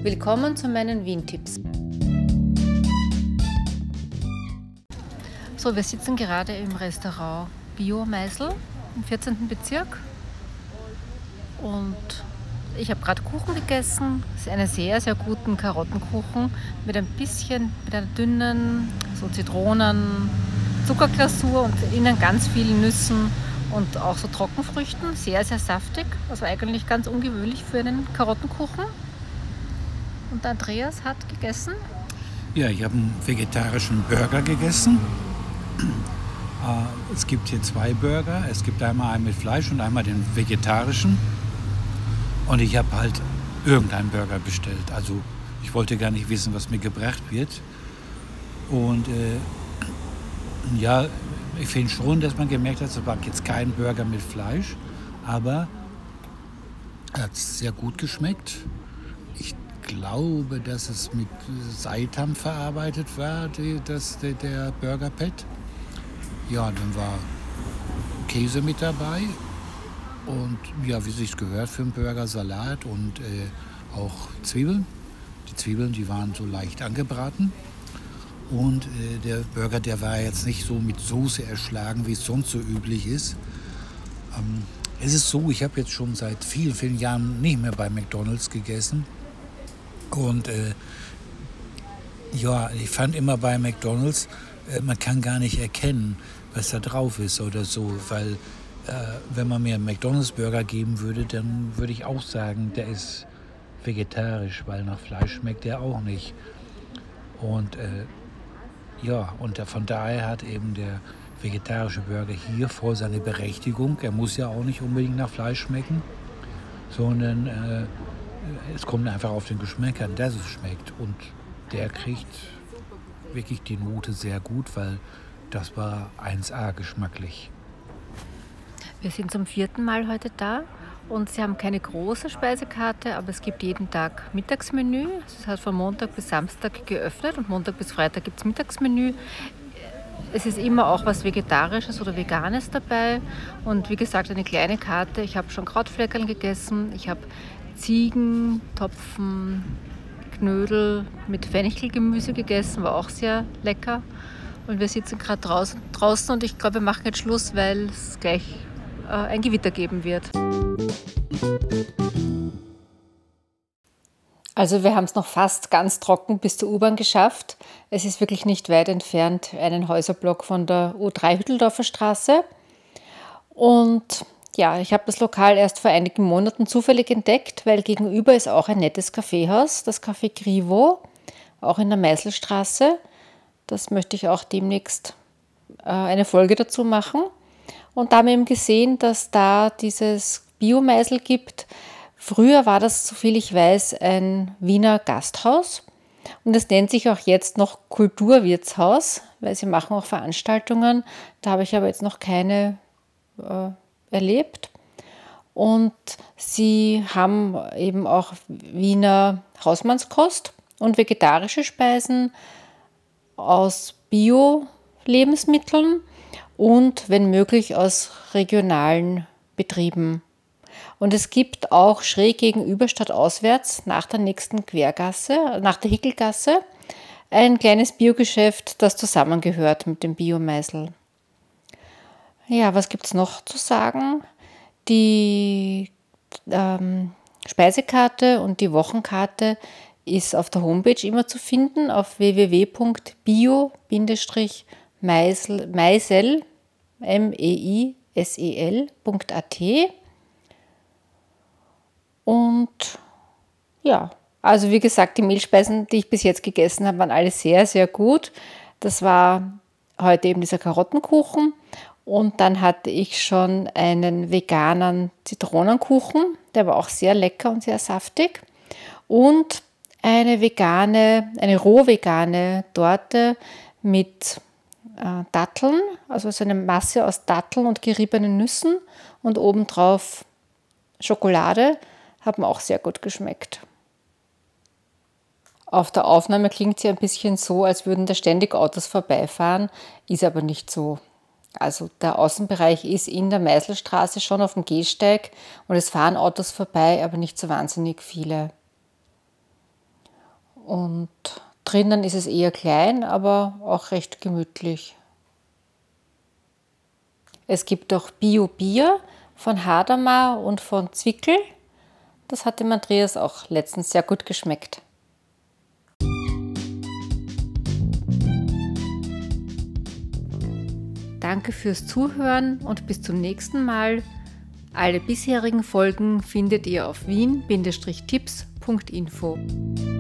Willkommen zu meinen Wien-Tipps. So, wir sitzen gerade im Restaurant Bio Meisel im 14. Bezirk und ich habe gerade Kuchen gegessen. Das ist einen sehr, sehr guten Karottenkuchen mit einer dünnen, so Zitronen, Zuckerglasur und innen ganz vielen Nüssen und auch so Trockenfrüchten. Sehr, sehr saftig, also eigentlich ganz ungewöhnlich für einen Karottenkuchen. Und Andreas hat gegessen. Ja, ich habe einen vegetarischen Burger gegessen. Es gibt hier 2 Burger. Es gibt einmal einen mit Fleisch und einmal den vegetarischen. Und ich habe halt irgendeinen Burger bestellt. Also ich wollte gar nicht wissen, was mir gebracht wird. Und ja, ich finde schon, dass man gemerkt hat, es war jetzt kein Burger mit Fleisch. Aber er hat sehr gut geschmeckt. Ich glaube, dass es mit Seitan verarbeitet war, der Burger Pat. Ja, dann war Käse mit dabei und ja, wie sich's gehört für einen Burger, Salat und auch Zwiebeln. Die Zwiebeln, die waren so leicht angebraten. Und der Burger, der war jetzt nicht so mit Soße erschlagen, wie es sonst so üblich ist. Es ist so, ich habe jetzt schon seit vielen, vielen Jahren nicht mehr bei McDonald's gegessen. Und ja, ich fand immer bei McDonald's, man kann gar nicht erkennen, was da drauf ist oder so. Weil wenn man mir einen McDonald's-Burger geben würde, dann würde ich auch sagen, der ist vegetarisch, weil nach Fleisch schmeckt der auch nicht. Und ja, und von daher hat eben der vegetarische Burger hier voll seine Berechtigung. Er muss ja auch nicht unbedingt nach Fleisch schmecken, sondern es kommt einfach auf den Geschmack an, dass es schmeckt. Und der kriegt wirklich die Note sehr gut, weil das war 1A geschmacklich. Wir sind zum 4. Mal heute da und sie haben keine große Speisekarte, aber es gibt jeden Tag Mittagsmenü. Es hat von Montag bis Samstag geöffnet und Montag bis Freitag gibt es Mittagsmenü. Es ist immer auch was Vegetarisches oder Veganes dabei und wie gesagt eine kleine Karte. Ich habe schon Krautfleckerl gegessen, ich habe Ziegen, Topfen, Knödel mit Fenchelgemüse gegessen, war auch sehr lecker. Und wir sitzen gerade draußen und ich glaube, wir machen jetzt Schluss, weil es gleich ein Gewitter geben wird. Also wir haben es noch fast ganz trocken bis zur U-Bahn geschafft. Es ist wirklich nicht weit entfernt, einen Häuserblock von der U3 Hütteldorfer Straße. Und ja, ich habe das Lokal erst vor einigen Monaten zufällig entdeckt, weil gegenüber ist auch ein nettes Kaffeehaus, das Café Grivo, auch in der Meiselstraße. Das möchte ich auch demnächst eine Folge dazu machen. Und da haben wir eben gesehen, dass da dieses Bio-Meisel gibt. Früher war das, soviel ich weiß, ein Wiener Gasthaus. Und es nennt sich auch jetzt noch Kulturwirtshaus, weil sie machen auch Veranstaltungen. Da habe ich aber jetzt noch keine erlebt. Und sie haben eben auch Wiener Hausmannskost und vegetarische Speisen aus Bio-Lebensmitteln und, wenn möglich, aus regionalen Betrieben. Und es gibt auch schräg gegenüber statt auswärts nach der nächsten Quergasse, nach der Hickelgasse, ein kleines Biogeschäft, das zusammengehört mit dem Bio-Meisel. Ja, was gibt es noch zu sagen? Die Speisekarte und die Wochenkarte ist auf der Homepage immer zu finden, auf www.bio-meisel.at. Und ja, also wie gesagt, die Mehlspeisen, die ich bis jetzt gegessen habe, waren alle sehr, sehr gut. Das war heute eben dieser Karottenkuchen. Und dann hatte ich schon einen veganen Zitronenkuchen, der war auch sehr lecker und sehr saftig. Und eine roh vegane Torte mit Datteln, also so eine Masse aus Datteln und geriebenen Nüssen und obendrauf Schokolade, hat mir auch sehr gut geschmeckt. Auf der Aufnahme klingt sie ein bisschen so, als würden da ständig Autos vorbeifahren, ist aber nicht so. Also der Außenbereich ist in der Meiselstraße schon auf dem Gehsteig und es fahren Autos vorbei, aber nicht so wahnsinnig viele. Und drinnen ist es eher klein, aber auch recht gemütlich. Es gibt auch Bio-Bier von Hadamar und von Zwickel. Das hat dem Andreas auch letztens sehr gut geschmeckt. Danke fürs Zuhören und bis zum nächsten Mal. Alle bisherigen Folgen findet ihr auf wien-tipps.info.